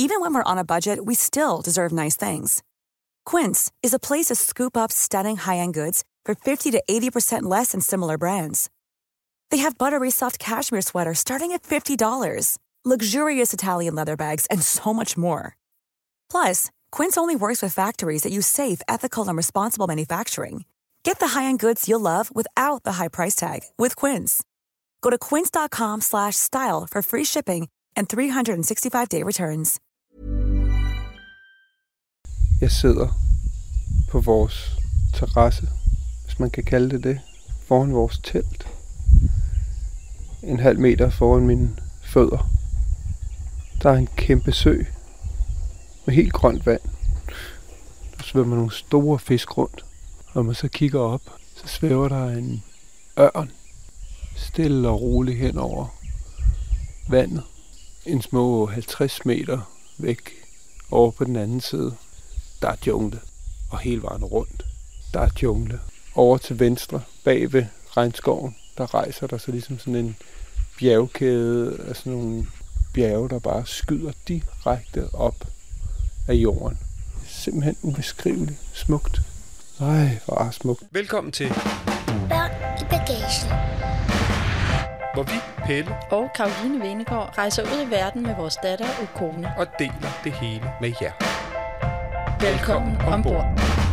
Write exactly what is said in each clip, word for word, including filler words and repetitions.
Even when we're on a budget, we still deserve nice things. Quince is a place to scoop up stunning high-end goods for fifty to eighty percent less than similar brands. They have buttery soft cashmere sweaters starting at fifty dollars, luxurious Italian leather bags, and so much more. Plus, Quince only works with factories that use safe, ethical, and responsible manufacturing. Get the high-end goods you'll love without the high price tag with Quince. Go to quince.com slash style for free shipping and three sixty-five day returns. Jeg sidder på vores terrasse, hvis man kan kalde det det, foran vores telt. En halv meter foran mine fødder. Der er en kæmpe sø med helt grønt vand. Der svømmer nogle store fisk rundt. Når man så kigger op, så svæver der en ørn stille og roligt hen over vandet. En små halvtreds meter væk over på den anden side. Der er jungle, og hele vejen rundt, der er jungle. Over til venstre, bag ved regnskoven, der rejser der så ligesom sådan en bjergkæde af sådan nogle bjerge, der bare skyder direkte op af jorden. Simpelthen ubeskriveligt smukt. Ej, hvor er smukt. Velkommen til Børn i bagagen. Hvor vi, Pelle og Caroline Venegård rejser ud i verden med vores datter Ukone og deler det hele med jer. Velkommen ombord.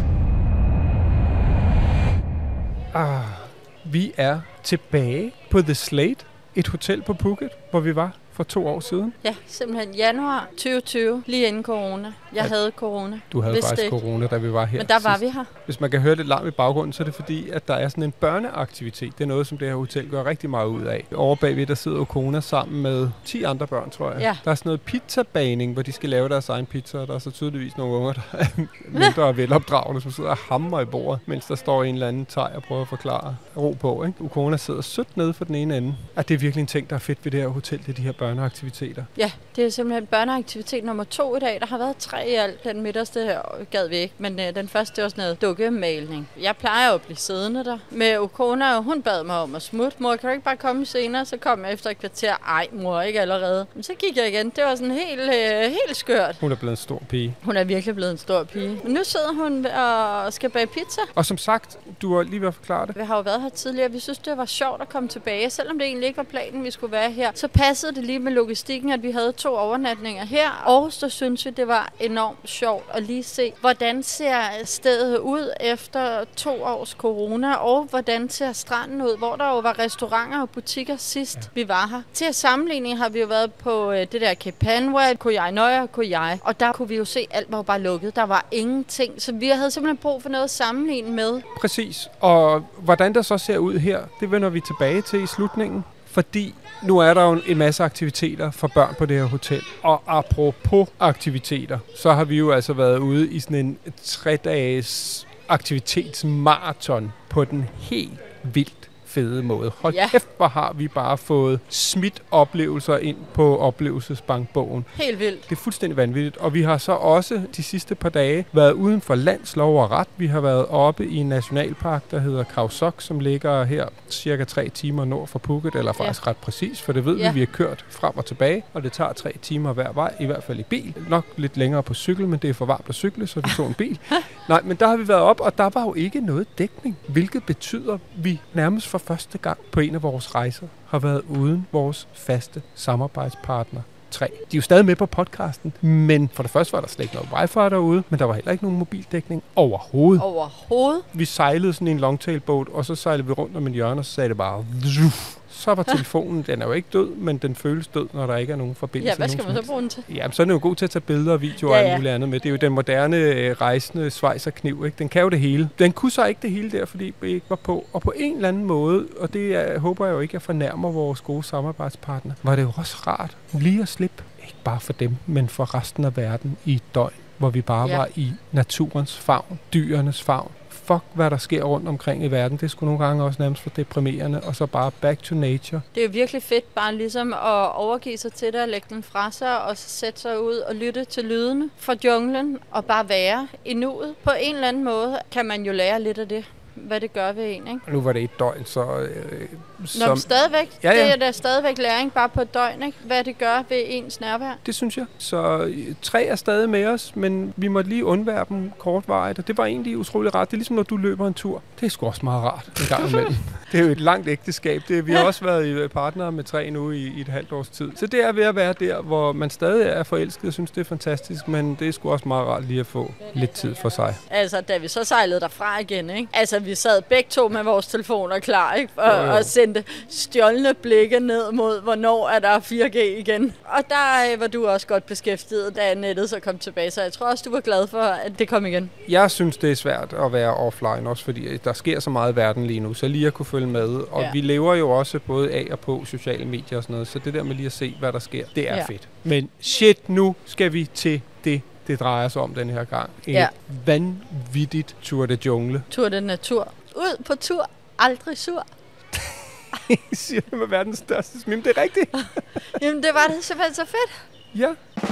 Ah, vi er tilbage på The Slate, et hotel på Phuket, hvor vi var for to år siden. Ja, simpelthen januar tyve tyve, lige inden corona. Jeg ja, havde corona. Du havde Vidste faktisk ikke. corona, da vi var her. Men der var sidst. vi her. Hvis man kan høre lidt larm i baggrunden, så er det fordi, at der er sådan en børneaktivitet. Det er noget, som det her hotel gør rigtig meget ud af. Over bagved, der sidder Ukona sammen med ti andre børn, tror jeg. Ja. Der er sådan noget pizzabaning, hvor de skal lave deres egen pizza, og der er så tydeligvis nogle unger, der er mindre og velopdragende, som sidder og hamrer i bordet, mens der står en eller anden teg og prøver at forklare ro på. Ikke? Ukona sidder sødt nede for den ene ende. At det er virkelig en ting, der er fedt ved det her hotel, det er de her børneaktiviteter. Ja, det er simpelthen børneaktivitet nummer to i dag. Der har været tre i alt. Den midterste her gad vi ikke, men øh, den første det var sådan noget dukkemaling. Jeg plejer jo at blive siddende der. Med Ukona, og hun bad mig om at smutte. Mor, kan du ikke bare komme senere? Så kom jeg efter et kvarter. Ej, mor, ikke allerede. Men så gik jeg igen. Det var sådan helt, øh, helt skørt. Hun er blevet en stor pige. Hun er virkelig blevet en stor pige. Men nu sidder hun og skal bage pizza. Og som sagt, du har lige ved at forklare det. Vi har jo været her tidligere. Vi synes, det var sjovt at komme tilbage. Selvom det egentlig ikke var planen, vi skulle være her, så passede det lige med logistikken, at vi havde to overnatninger her. Og så synes vi, det var enormt sjovt at lige se, hvordan ser stedet ud efter to års corona, og hvordan ser stranden ud, hvor der jo var restauranter og butikker sidst ja. vi var her. Til sammenligning har vi jo været på det der Koh Phangan, Koh Yai Noi og Koh Yai, og der kunne vi jo se, alt var bare lukket. Der var ingenting, så vi havde simpelthen brug for noget at sammenligne med. Præcis, og hvordan der så ser ud her, det vender vi tilbage til i slutningen. Fordi nu er der jo en masse aktiviteter for børn på det her hotel. Og apropos aktiviteter, så har vi jo altså været ude i sådan en tre-dages aktivitetsmarathon på den helt vildt fede måde. Hold ja. kæft, hvor har vi bare fået smidt oplevelser ind på oplevelsesbankbogen. Helt vildt. Det er fuldstændig vanvittigt. Og vi har så også de sidste par dage været uden for landslov og ret. Vi har været oppe i en nationalpark, der hedder Khao Sok, som ligger her cirka tre timer nord for Phuket, eller faktisk ja. ret præcis, for det ved ja. vi, vi har kørt frem og tilbage, og det tager tre timer hver vej, i hvert fald i bil. Nok lidt længere på cykel, men det er for varmt at cykle, så vi tog en bil. Nej, men der har vi været op, og der var jo ikke noget dækning, hvilket betyder, at vi nærmest for første gang på en af vores rejser har været uden vores faste samarbejdspartner tre. De er jo stadig med på podcasten, men for det første var der slet ikke noget wifi derude, men der var heller ikke nogen mobildækning overhovedet. Overhovedet? Vi sejlede sådan en longtailbåd, og så sejlede vi rundt om en hjørne, og så sagde det bare... Så var telefonen, den er jo ikke død, men den føles død, når der ikke er nogen forbindelse. Ja, hvad skal man så bruge den til? Jamen, så er den jo god til at tage billeder og videoer ja, og ja. alt muligt andet med. Det er jo den moderne øh, rejsende svejserkniv, ikke? Den kan jo det hele. Den kunne så ikke det hele der, fordi vi ikke var på. Og på en eller anden måde, og det er, håber jeg jo ikke, at fornærmer vores gode samarbejdspartner, var det jo også rart lige at slippe. Ikke bare for dem, men for resten af verden i et døgn, hvor vi bare ja. var i naturens favn, dyrenes favn. Fuck, hvad der sker rundt omkring i verden. Det skulle nogle gange også nærmest for deprimerende, og så bare back to nature. Det er jo virkelig fedt bare ligesom at overgive sig til det og lægge den fra sig, og så sætte sig ud og lytte til lydene fra junglen, og bare være i nuet. På en eller anden måde kan man jo lære lidt af det. hvad det gør ved en, ikke? Nu var det et døgn, så... Øh, som... Nå, stadigvæk. Ja, ja. Det er da stadigvæk læring bare på et døgn, ikke? Hvad det gør ved ens nærvær. Det synes jeg. Så tre er stadig med os, men vi måtte lige undvære dem kortvarigt, og det var egentlig utrolig rart. Det er ligesom, når du løber en tur. Det er sgu også meget rart en gang imellem. Det er jo et langt ægteskab. Det, vi har også været partnere med tre nu i, i et halvt års tid. Så det er ved at være der, hvor man stadig er forelsket og synes, det er fantastisk, men det er sgu også meget rart lige at få lidt tid for sig. Altså, da vi så sejlede derfra igen, ikke? Altså, vi sad begge to med vores telefoner klar, ikke? Og, jo, jo. og sendte stjålne blikke ned mod, hvornår er der fire G igen. Og der var du også godt beskæftiget, da nettet så kom tilbage, så jeg tror også, du var glad for, at det kom igen. Jeg synes, det er svært at være offline, også fordi der sker så meget i verden lige nu, så lige at kunne følge med. Og ja. vi lever jo også både af og på sociale medier og sådan noget, så det der med lige at se, hvad der sker, det er ja. fedt. Men shit, nu skal vi til det, det drejer sig om den her gang. En ja. vanvittigt Tour de Jungle. Tour de Natur. Ud på tur, aldrig sur. Jeg siger det med verdens største smil, det er rigtigt. Jamen, det var det simpelthen så fedt. Ja.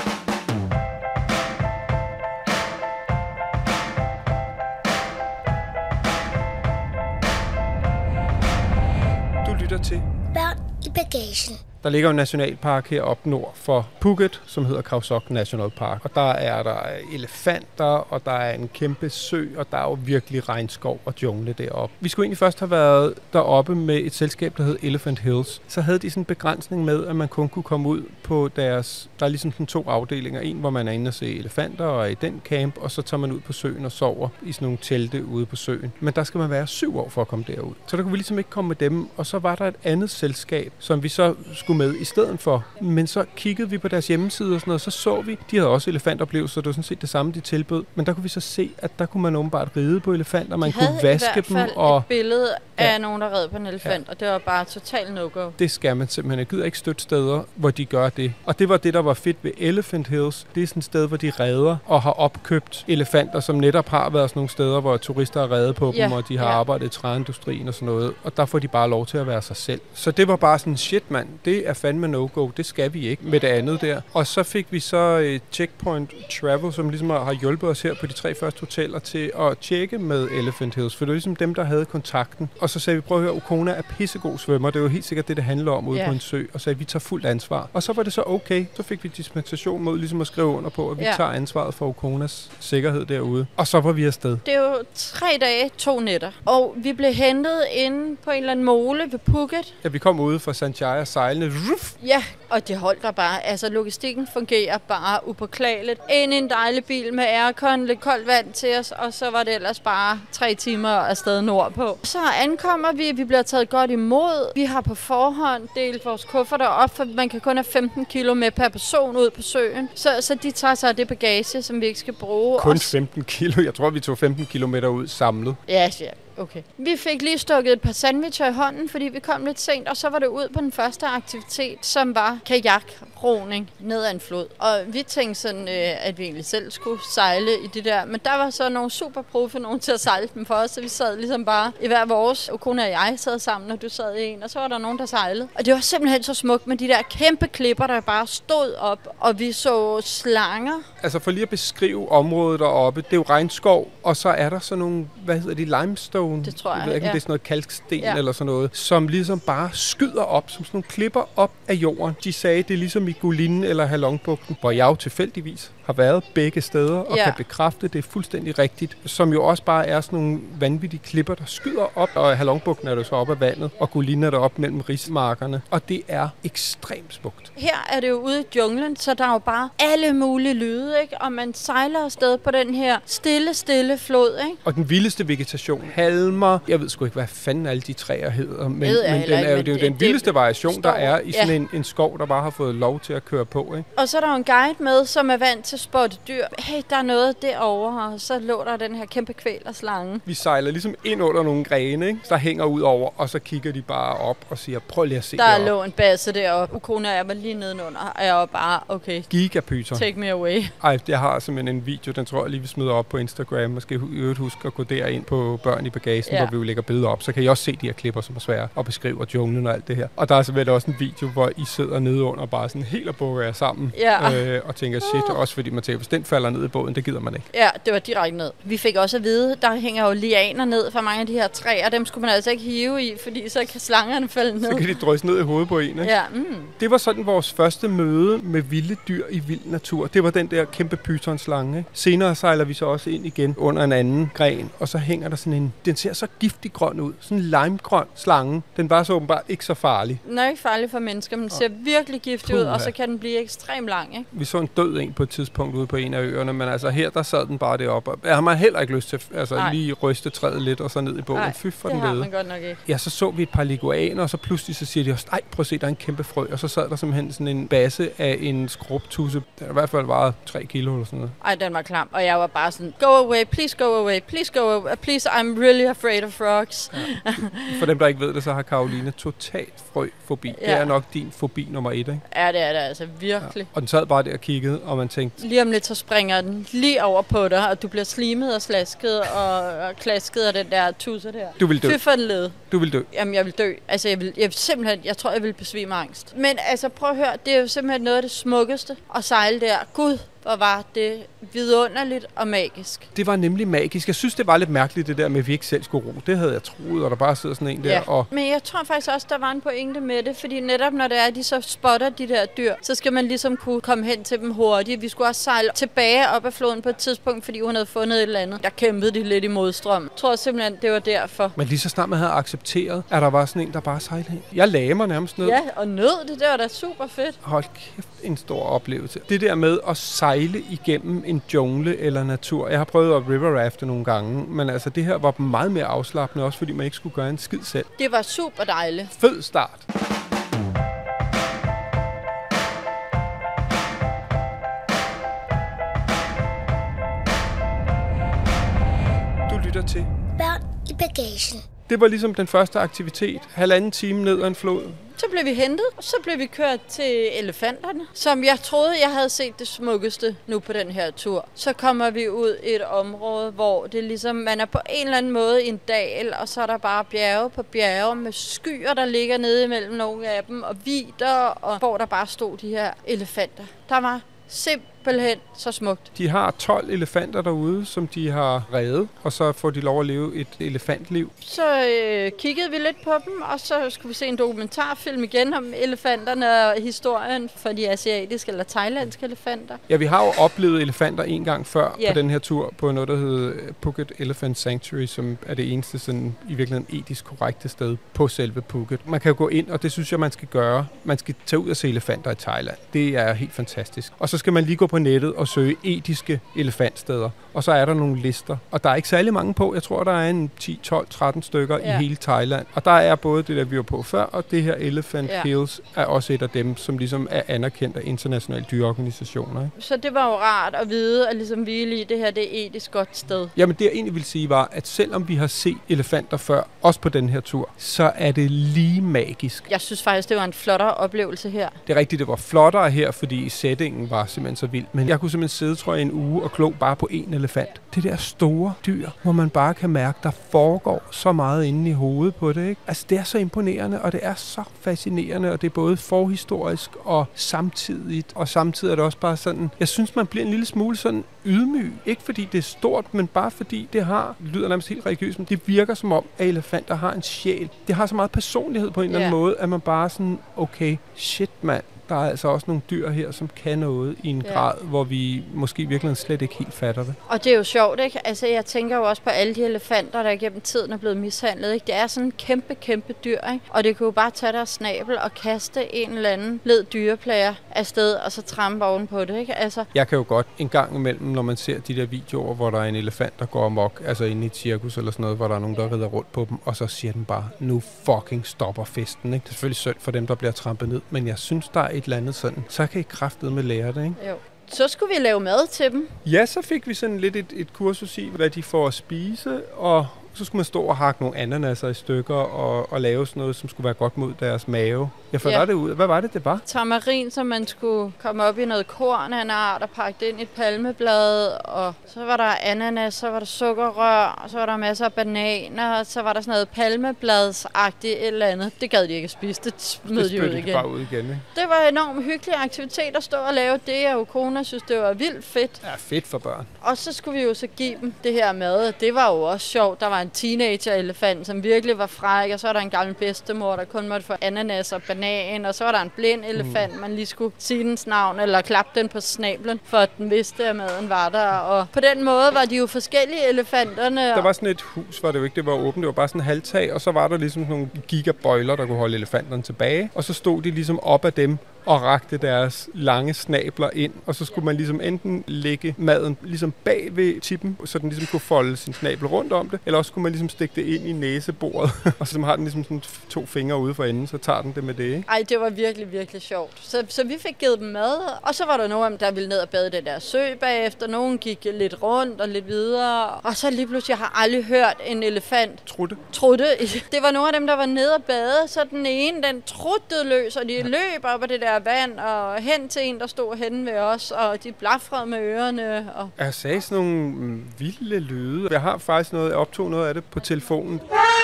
Du lytter til Børn i bagagen. Der ligger en nationalpark heroppe nord for Phuket, som hedder Khao Sok National Park. Og der er der elefanter, og der er en kæmpe sø, og der er jo virkelig regnskov og jungle deroppe. Vi skulle egentlig først have været deroppe med et selskab, der hed Elephant Hills. Så havde de sådan en begrænsning med, at man kun kunne komme ud på deres... Der er ligesom sådan to afdelinger. En, hvor man er inde og se elefanter og er i den camp, og så tager man ud på søen og sover i sådan nogle telte ude på søen. Men der skal man være syv år for at komme derud. Så der kunne vi ligesom ikke komme med dem. Og så var der et andet selskab, som vi så skulle med i stedet for. Men så kiggede vi på deres hjemmeside og sådan noget, og så så vi, de havde også elefantoplevelser, det var sådan set det samme, de tilbød. Men der kunne vi så se, at der kunne man åbenbart ride på elefanter, man kunne vaske dem. Og et billede af ja. nogen, der red på en elefant, ja. og det var bare total no-go. Det skal man simpelthen. Jeg gider ikke støtte steder, hvor de gør det. Og det var det, der var fedt ved Elephant Hills. Det er sådan et sted, hvor de redder og har opkøbt elefanter, som netop har været sådan nogle steder, hvor turister har reddet på ja. dem, og de har ja. arbejdet i træindustrien og sådan noget. Og der får de bare lov til at være sig selv. Så det var bare sådan, shit mand, det er fandme no-go. Det skal vi ikke med det andet der. Og så fik vi så uh, Checkpoint Travel, som ligesom har hjulpet os her på de tre første hoteller til at tjekke med Elephant Hills. For det var ligesom dem, der havde kontakten. Og så sagde vi, prøv at høre, Okona er pissegod svømmer. Det er jo helt sikkert det, det handler om ude yeah. på en sø. Og sagde, vi tager fuldt ansvar. Og så var det så okay. Så fik vi dispensation mod ligesom at skrive under på, at vi yeah. tager ansvaret for Okonas sikkerhed derude. Og så var vi afsted. Det er jo tre dage, to nætter. Og vi blev hentet inde på en eller anden mole ved Phuket. Ja, vi kom ude fra Sanjaya sejlende. Ruff! Ja, og det holdt der bare. Altså, logistikken fungerer bare upåklageligt. Ind i en dejlig bil med aircon, lidt koldt vand til os, og så var det ellers bare tre timer afsted nordpå. Så ankommer vi, vi bliver taget godt imod. Vi har på forhånd delt vores kufferter op, for man kan kun have femten kilo med per person ud på søen. Så, så de tager sig af det bagage, som vi ikke skal bruge. Kun femten kilo? Jeg tror, vi tog femten kilometer ud samlet. Ja, ja. Okay. Vi fik lige stukket et par sandwicher i hånden, fordi vi kom lidt sent, og så var det ud på den første aktivitet, som var kajakroning ned ad en flod. Og vi tænkte sådan, at vi egentlig selv skulle sejle i det der, men der var så nogle super profe, nogen til at sejle dem for os, så vi sad ligesom bare i hver vores. Okona og jeg sad sammen, og du sad i en, og så var der nogen, der sejlede. Og det var simpelthen så smukt med de der kæmpe klipper, der bare stod op, og vi så slanger. Altså for lige at beskrive området deroppe, det er jo regnskov, og så er der sådan nogle, hvad hedder de, limestone? Det tror jeg, jeg ved ikke, ja. om det er sådan noget kalksten ja. eller sådan noget, som ligesom bare skyder op, som sådan nogle klipper op af jorden. De sagde, det er ligesom i Gulinen eller Halongbugten, hvor jeg jo tilfældigvis har været begge steder og ja. kan bekræfte, det er fuldstændig rigtigt, som jo også bare er sådan nogle vanvittige klipper, der skyder op, og Halongbugten er jo så op af vandet, og Gulinen er der op mellem rismarkerne, og det er ekstremt smukt. Her er det jo ude i junglen, så der er jo bare alle mulige lyde, ikke? Og man sejler afsted på den her stille, stille flod, ikke? Og den vildeste vegetation, halmer, jeg ved sgu ikke, hvad fanden alle de træer hedder, men, men den er jo, det er jo den vildeste variation, står, der er i sådan ja. en, en skov, der bare har fået lov til at køre på, ikke? Og så er der jo en guide med, som er vant til at spotte dyr. Hey, der er noget derovre, og så lå der den her kæmpe kvælerslange. Vi sejler ligesom ind under nogle grene, ikke? Der hænger ud over, og så kigger de bare op og siger, prøv lige at se der deroppe. Der lå en basse deroppe. Okona og jeg var lige nedenunder, og jeg var bare, okay. Gigapyton. Take me away. Ej, jeg har simpelthen en video, den tror jeg lige, vi smider op på Instagram. Måske huske at gå derind på Børn i Bagagen. bagagen, Ja. hvor vi jo lægger billeder op, så kan I også se de her klipper, som er svære og beskriver junglen og alt det her. Og der er selvfølgelig også en video, hvor I sidder nede under bare sådan helt og bukker jer sammen Ja. øh, og tænker, shit, også fordi man tænker, hvis den falder ned i båden, det gider man ikke. Ja, det var direkte ned. Vi fik også at vide, der hænger jo lianer ned fra mange af de her træer. Dem skulle man altså ikke hive i, fordi så kan slangerne falde ned. Så kan de drøse ned i hovedet på en, ikke? Ja, mm. Det var sådan vores første møde med vilde dyr i vild natur. Det var den der kæmpe pythonslange. Ikke? Senere sejler vi så også ind igen under en anden gren, og så hænger der sådan en, den ser så giftig grøn ud, sådan en limegrøn slange. Den var så åbenbart ikke så farlig. Den er ikke farlig for mennesker, men den ser virkelig giftig ud, Puha. og så kan den blive ekstremt lang, ikke? Vi så en død en på et tidspunkt ude på en af øerne, men altså her, der sad den bare deroppe. Jeg har man heller ikke lyst til altså Nej. lige ryste træet lidt og så ned i båden. Nej, Fy for det den har lede. man godt nok ikke. Ja, så så vi et par leguaner, og så pludselig så siger de os, nej, prøv at se, der er en kæmpe frø. Og så sad der simpelthen sådan en basse af en skrubtusse. Den i hvert fald vejede tre kilo eller sådan noget. Ej, den var klam, og jeg var bare sådan, go away, please go away, please go away, please, I'm really afraid of frogs. Ja. For dem, der ikke ved det, så har Karoline totalt frøfobi. Ja. Det er nok din fobi nummer et, ikke? Ja, det er det altså, virkelig. Ja. Og den sad bare der og kiggede, og man tænkte, Lige om lidt, så springer den lige over på dig, og du bliver slimet og slasket og, og klasket af den der tusse der. du vil dø. Fy for den led. Du vil dø. Jamen, jeg vil dø. Altså, jeg vil, jeg vil simpelthen, jeg tror, jeg vil besvime angst. Men altså, prøv at høre, det er jo simpelthen noget af det smukkeste at sejle der. Gud, hvor var det vidunderligt og magisk. Det var nemlig magisk. Jeg synes, det var lidt mærkeligt, det der med, at vi ikke selv skulle ro. Det havde jeg troet, og der bare sidder sådan en der. Ja. Og Men jeg tror faktisk også, der var en pointe med det, fordi netop når det er, at de så spotter de der dyr, så skal man ligesom kunne komme hen til dem hurtigt. Vi skulle også sejle tilbage op ad floden på et tidspunkt, fordi hun havde fundet et eller andet. Der kæmpede de lidt i modstrøm. Jeg tror simpelthen, det var derfor. Men lige så snart man havde accepteret, at der var sådan en, der bare sejlede hen. Jeg lagde mig nærmest ned. Ja, og nød det, det var da super fedt. Hold kæft, en stor oplevelse. Det der med at sejle igennem en jungle eller natur. Jeg har prøvet at river rafte nogle gange, men altså det her var meget mere afslappende, også fordi man ikke skulle gøre en skid selv. Det var super dejligt. Fed start. Du lytter til. Børn i bagagen. Det var ligesom den første aktivitet. Halvanden time ned ad en flod. Så blev vi hentet, og så blev vi kørt til elefanterne, som jeg troede, jeg havde set det smukkeste nu på den her tur. Så kommer vi ud i et område, hvor det ligesom, man er på en eller anden måde i en dal, og så er der bare bjerge på bjerge med skyer, der ligger nede imellem nogle af dem, og vidder, og hvor der bare stod de her elefanter. Der var simpelthen så smukt. De har tolv elefanter derude, som de har reddet, og så får de lov at leve et elefantliv. Så øh, kiggede vi lidt på dem, og så skulle vi se en dokumentarfilm igen om elefanterne og historien for de asiatiske eller thailandske elefanter. Ja, vi har jo oplevet elefanter en gang før Ja. på den her tur, på noget, der hedder Phuket Elephant Sanctuary, som er det eneste sådan, i virkeligheden etisk korrekte sted på selve Phuket. Man kan jo gå ind, og det synes jeg, man skal gøre. Man skal tage ud og se elefanter i Thailand. Det er helt fantastisk. Og så skal man lige gå på nettet og søge etiske elefantsteder. Og så er der nogle lister. Og der er ikke særlig mange på. Jeg tror, der er en ti, tolv, tretten stykker Ja. i hele Thailand. Og der er både det, der vi var på før, og det her Elephant Ja. Hills er også et af dem, som ligesom er anerkendt af internationale dyreorganisationer. Ikke? Så det var jo rart at vide, at ligesom hvile i det her, det er etisk godt sted. Jamen det jeg egentlig vil sige var, at selvom vi har set elefanter før, også på den her tur, så er det lige magisk. Jeg synes faktisk, det var en flottere oplevelse her. Det er rigtigt, det var flottere her, fordi settingen var simpelthen så vild. Men jeg kunne simpelthen sidde, tror jeg, en uge og glo bare på én elefant. Det der store dyr, hvor man bare kan mærke, der foregår så meget inde i hovedet på det. Ikke? Altså det er så imponerende, og det er så fascinerende, og det er både forhistorisk og samtidigt. Og samtidig er det også bare sådan, jeg synes, man bliver en lille smule sådan ydmyg. Ikke fordi det er stort, men bare fordi det har, det lyder nærmest helt religiøst, men det virker som om, at elefanter har en sjæl. Det har så meget personlighed på en eller anden Ja. måde, at man bare sådan, okay, shit mand. Der er altså også nogle dyr her, som kan noget i en Ja. grad, hvor vi måske virkelig slet ikke helt fatter det. Og det er jo sjovt, ikke? Altså, jeg tænker jo også på alle de elefanter, der gennem tiden er blevet mishandlet, ikke? Det er sådan en kæmpe, kæmpe dyr, ikke? Og det kunne jo bare tage deres snabel og kaste en eller anden led dyreplager afsted, og så trampe ovenpå det, ikke? Altså, Jeg kan jo godt en gang imellem, når man ser de der videoer, hvor der er en elefant, der går amok, altså inde i et cirkus eller sådan noget, hvor der er nogen, der rider rundt på dem, og så siger den bare, nu fucking stopper festen, ikke? Det er selvfølgelig synd for dem, der bliver trampet ned, men jeg synes, der er et eller andet sådan, så kan I kraftedeme lære det, ikke? jo. Så skulle vi lave mad til dem. Ja, så fik vi sådan lidt et, et kursus i, hvad de får at spise, og så skulle man stå og hakke nogle ananaser i stykker og, og lave sådan noget, som skulle være godt mod deres mave. Jeg får Ja. ja. det ud. Hvad var det, det var? Tamarin, som man skulle komme op i noget korn af en art og pakke det ind i et palmeblad. Og så var der ananas, så var der sukkerrør, og så var der masser af bananer, og så var der sådan noget palmebladsagtigt et eller andet. Det gad de ikke at spise, det smed Det de ud spyttede de igen. bare ud igen, ikke? Det var enormt hyggelig aktivitet at stå og lave det, og kone synes, det var vildt fedt. Ja, fedt for børn. Og så skulle vi jo så give dem det her mad. Det var jo også sjovt. Der var en teenager-elefant, som virkelig var fræk, og så var der en gammel bedstemor, der kun måtte få ananas og banan, og så var der en blind elefant, mm. man lige skulle sige dens navn, eller klappe den på snablen, for at den vidste, at maden var der. Og på den måde var de jo forskellige elefanterne. Der var sådan et hus, hvor det jo ikke det var åbent, det var bare sådan en halvtag, og så var der ligesom sådan nogle gigabøjler, der kunne holde elefanterne tilbage, og så stod de ligesom op af dem og rakte deres lange snabler ind, og så skulle man ligesom enten lægge maden ligesom bag ved tippen, så den ligesom kunne folde sin snabel rundt om det, eller også skulle man ligesom stikke det ind i næseboret, og så har den ligesom sådan to fingre ude for enden, så tager den det med det, ikke? Ej, det var virkelig, virkelig sjovt. Så, så vi fik givet dem mad, og så var der nogen af dem, der ville ned og bade den der sø bagefter. Nogen gik lidt rundt og lidt videre, og så lige pludselig, jeg har aldrig hørt en elefant Trutte. trutte. Det var nogle af dem, der var nede og bade, så den ene, den truttede løs, og de løb op ad det der vand, og hen til en, der stod henne ved os, og de blafrede med ørerne. Og Jeg sagde sådan nogle mm, vilde lyde. Jeg har faktisk noget, jeg optog noget af det på telefonen.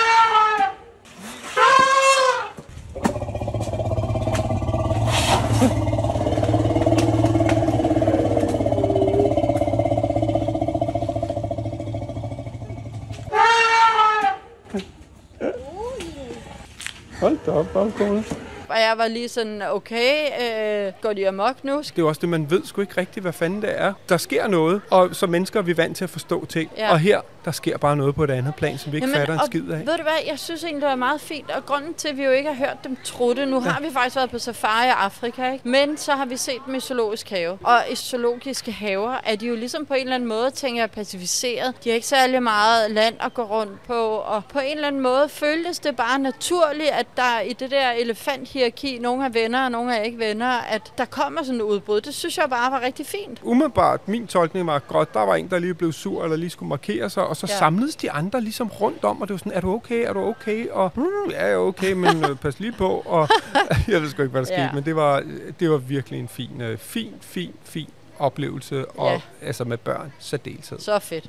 Hold da op, bagkone. Og jeg var lige sådan, okay, øh, går de amok nu? Det er jo også det, man ved sgu ikke rigtigt, hvad fanden det er. Der sker noget, og som mennesker er vi vant til at forstå ting. Ja. Og her, der sker bare noget på et andet plan, som vi ikke Jamen, fatter en og skid af. ved du hvad, jeg synes egentlig, det var meget fint, og grunden til, at vi jo ikke har hørt dem trutte, nu ja. har vi faktisk været på safari i Afrika, ikke? Men så har vi set dem i zoologisk have. Og i zoologiske haver er de jo ligesom på en eller anden måde, tænker jeg, pacificeret. De har ikke særlig meget land at gå rundt på, og på en eller anden måde føltes det bare naturligt, at der i det der elefanthierarki, nogle er venner, og nogle er ikke venner, at der kommer sådan et udbrud. Det synes jeg bare var rigtig fint. Umiddelbart, min tolkning var godt, der var en, der lige blev sur, eller lige skulle markere sig, og så Ja. samledes de andre ligesom rundt om, og det var sådan, er du okay, er du okay? Og mm, ja, jeg er okay, men øh, pas lige på, og jeg ved sgu ikke, hvad der skete, Ja. men det var, det var virkelig en fin, øh, fin, fin, fin oplevelse, og Ja. altså med børn, særdeleshed. Så fedt.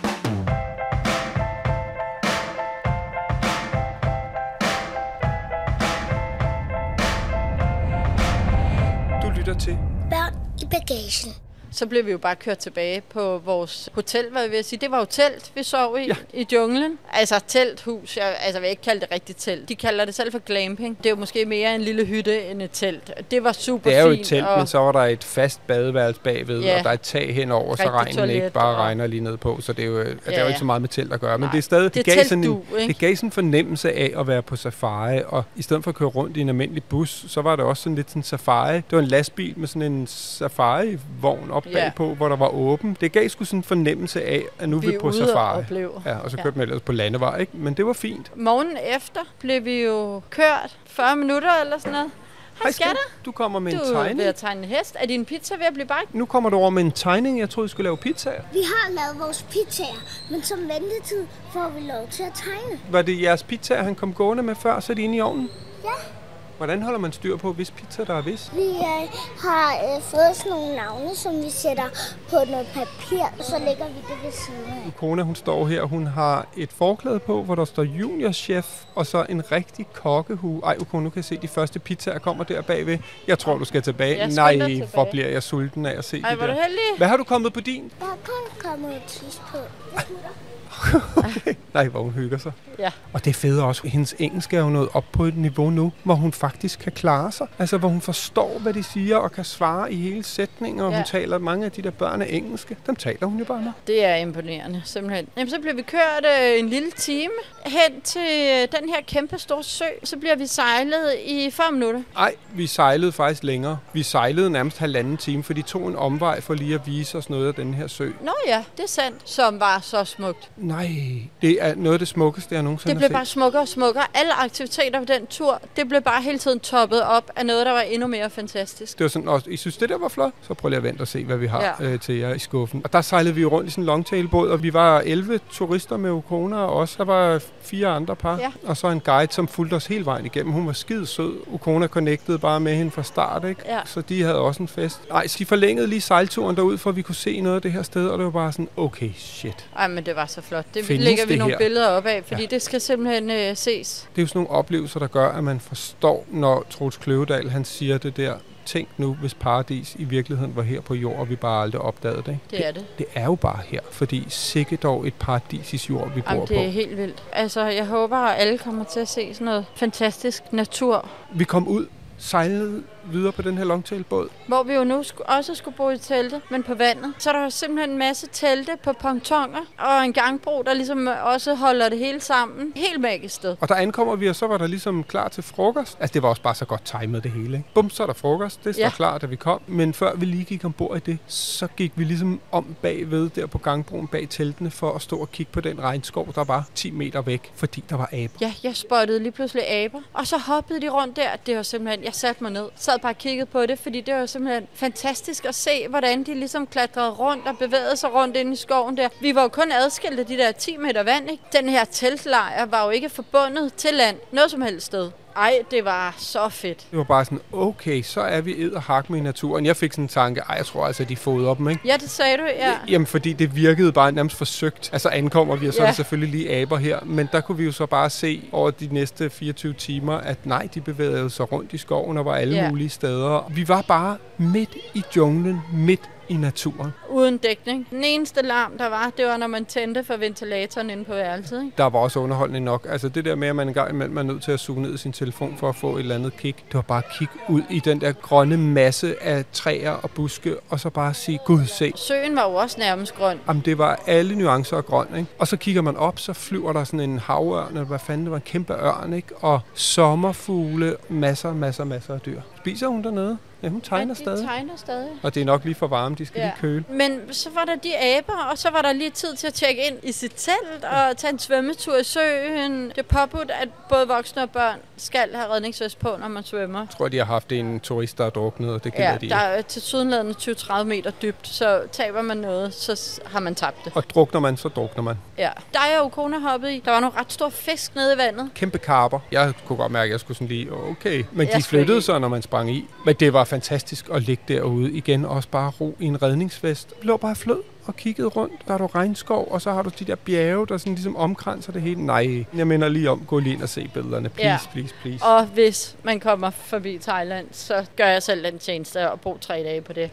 Du lytter til Børn i bagagen. Så blev vi jo bare kørt tilbage på vores hotel, hvad jeg vil sige. Det var jo telt, vi sov i, Ja. i junglen. Altså telthus, jeg altså, vil ikke kalde det rigtigt telt. De kalder det selv for glamping. Det er jo måske mere en lille hytte end et telt. Det var super Det er jo fint. et telt, og men så var der et fast badeværelse bagved, Ja. og der er et tag henover, så Rigtig regnen toilet, ikke bare og- regner lige ned på. Så det er jo, ja, det er jo ja. ikke så meget med telt at gøre. Men Nej. det er stadig, Det det, er gav sådan en, teltdu, ikke? det gav sådan en fornemmelse af at være på safari, og i stedet for at køre rundt i en almindelig bus, så var det også sådan lidt sådan safari. Det var en lastbil med sådan en safari-vogn op Ja. bagpå, hvor der var åben. Det gav sgu sådan en fornemmelse af, at nu er vi vi er på ude safari. og opleve. Ja, og så Ja. kørte man ellers på landevej, ikke? Men det var fint. Morgenen efter blev vi jo kørt fyrre minutter eller sådan noget. Hej skatter, Du kommer med du en er ved tegning. at tegne en hest. Er din pizza ved at blive bagt? Nu kommer du over med en tegning. Jeg troede, du skulle lave pizzaer. Vi har lavet vores pizzaer, men som ventetid får vi lov til at tegne. Var det jeres pizzaer, han kom gående med før, så er de inde i ovnen? Ja. Hvordan holder man styr på, hvis pizza der er vis? Vi øh, har øh, fået sådan nogle navne, som vi sætter på noget papir, og så lægger vi det ved siden af. Kona, hun står her, hun har et forklæde på, hvor der står juniorchef, og så en rigtig kokkehue. Ej, Ukone, nu kan jeg se, de første pizzaer kommer der bagved. Jeg tror, du skal tilbage. Jeg Nej, skynder tilbage. hvor bliver jeg sulten af at se Ej, det hvor er der. du heldig. Hvad har du kommet på din? Der er kun kommet et tis på. Jeg smutter. Okay. Nej, hvor hun hygger sig. Ja. Og det fede også, hendes engelsk er jo nået op på et niveau nu, hvor hun faktisk kan klare sig. Altså, hvor hun forstår, hvad de siger, og kan svare i hele sætninger. Og Ja. hun taler, mange af de der børn er engelske. Dem taler hun jo bare med. Det er imponerende, simpelthen. Jamen, så bliver vi kørt øh, en lille time hen til øh, den her kæmpe store sø. Så bliver vi sejlet i fyrre minutter. Ej, vi sejlede faktisk længere. Vi sejlede nærmest halvanden time, for de tog en omvej for lige at vise os noget af den her sø. Nå ja, det er sandt, som var så smukt. Nej, det er noget af det smukkeste, jeg nogensinde Det blev har bare set. smukkere og smukkere. Alle aktiviteter på den tur, det blev bare hele tiden toppet op af noget, der var endnu mere fantastisk. Det var sådan, også, I synes, det der var flot? Så prøv lige at vente og se, hvad vi har Ja. øh, til jer i skuffen. Og der sejlede vi jo rundt i sådan en longtailbåd, og vi var elleve turister med Ukona, og også der var fire andre par. Ja. Og så en guide, som fulgte os hele vejen igennem. Hun var skide sød. Ukona connectede bare med hende fra start, ikke? Ja. Så de havde også en fest. Ej, så de forlængede lige sejlturen derud, for at vi kunne se noget af det her sted, og det var bare sådan, okay, shit. Ej, men det var så flot. Det Findes lægger vi det nogle her? billeder op af, fordi Ja. det skal simpelthen øh, ses. Det er jo sådan nogle oplevelser, der gør, at man forstår, når Troels Kløvedal, han siger det der, tænk nu, hvis paradis i virkeligheden var her på jord, og vi bare aldrig opdagede det. Ikke? Det er det. Det er jo bare her, fordi sikke dog et paradisisk jord, vi bor Jamen, på. det er helt vildt. Altså, jeg håber, at alle kommer til at se sådan noget fantastisk natur. Vi kom ud, sejlede videre på den her longtailbåd. Hvor vi jo nu sku, også skulle bo i telte, men på vandet. Så er der jo simpelthen en masse telte på pontoner, og en gangbro, der ligesom også holder det hele sammen. Helt magisk sted. Og der ankommer vi, og så var der ligesom klar til frokost. Altså, det var også bare så godt timet det hele. Ikke? Bum, så er der frokost. Det står Ja. klar, da vi kom. Men før vi lige gik ombord i det, så gik vi ligesom om bagved der på gangbroen bag teltene for at stå og kigge på den regnskov, der var ti meter væk, fordi der var aber. Ja, jeg spottede lige pludselig aber, og så hoppede de rundt der. Det var simpelthen, jeg satte mig ned, sad bare og kiggede på det, fordi det var simpelthen fantastisk at se, hvordan de ligesom klatrede rundt og bevægede sig rundt inde i skoven der. Vi var jo kun adskilt af de der ti meter vand, ikke? Den her teltlejr var jo ikke forbundet til land, noget som helst sted. Ej, det var så fedt. Det var bare sådan, okay, så er vi ed og hak med i naturen. Jeg fik sådan en tanke, ej, jeg tror altså, de fodrer dem, ikke? Ja, det sagde du, ja. Jamen, fordi det virkede bare nærmest forsøgt. Altså ankommer vi, og så Ja. er der selvfølgelig lige aber her. Men der kunne vi jo så bare se over de næste fireogtyve timer, at nej, de bevægede sig rundt i skoven og var alle Ja. mulige steder. Vi var bare midt i junglen, midt i naturen. Uden dækning. Den eneste larm, der var, det var, når man tændte for ventilatoren inde på værelset, ikke? Der var også underholdning nok. Altså det der med, at man en gang imellem er nødt til at suge ned i sin telefon for at få et eller andet kig. Det var bare at kigge ud i den der grønne masse af træer og buske, og så bare sige, gud se. Søen var jo også nærmest grøn. Jamen, det var alle nuancer af grøn, ikke? Og så kigger man op, så flyver der sådan en havørn, eller hvad fanden, det var en kæmpe ørn, ikke? Og sommerfugle, masser, masser, masser af dyr. Spiser hun dernede? Ja, hun tegner ja, de stadig. tegner stadig. Og det er nok lige for varme, de skal Ja. lige køle. Men så var der de aber, og så var der lige tid til at tjekke ind i sit telt og tage en svømmetur i søen. Det er påbudt, at både voksne og børn skal have redningsvest på, når man svømmer. Jeg tror, de har haft en turist, der er druknet, og det gider Ja, de der ikke. er til sydenlandet tyve til tredive meter dybt, så taber man noget, så har man tabt det. Og drukner man, så drukner man. Ja. Der er jo Ukona hoppet i. Der var nogle ret store fisk nede i vandet. Kæmpe karper. Jeg kunne godt mærke, at jeg skulle sådan lige, okay. Men Jeg de skulle flyttede ikke. sig, når man sprang i. Men det var fantastisk at ligge derude igen. Også bare ro i en redningsvest. Vi lå bare flød og kiggede rundt. Der er du regnskov, og så har du de der bjerge, der sådan ligesom omkranser det hele. Nej, jeg mener lige om, gå lige ind og se billederne. Please, Ja. please, please. Og hvis man kommer forbi Thailand, så gør jeg selv den tjeneste og bo tre dage på det.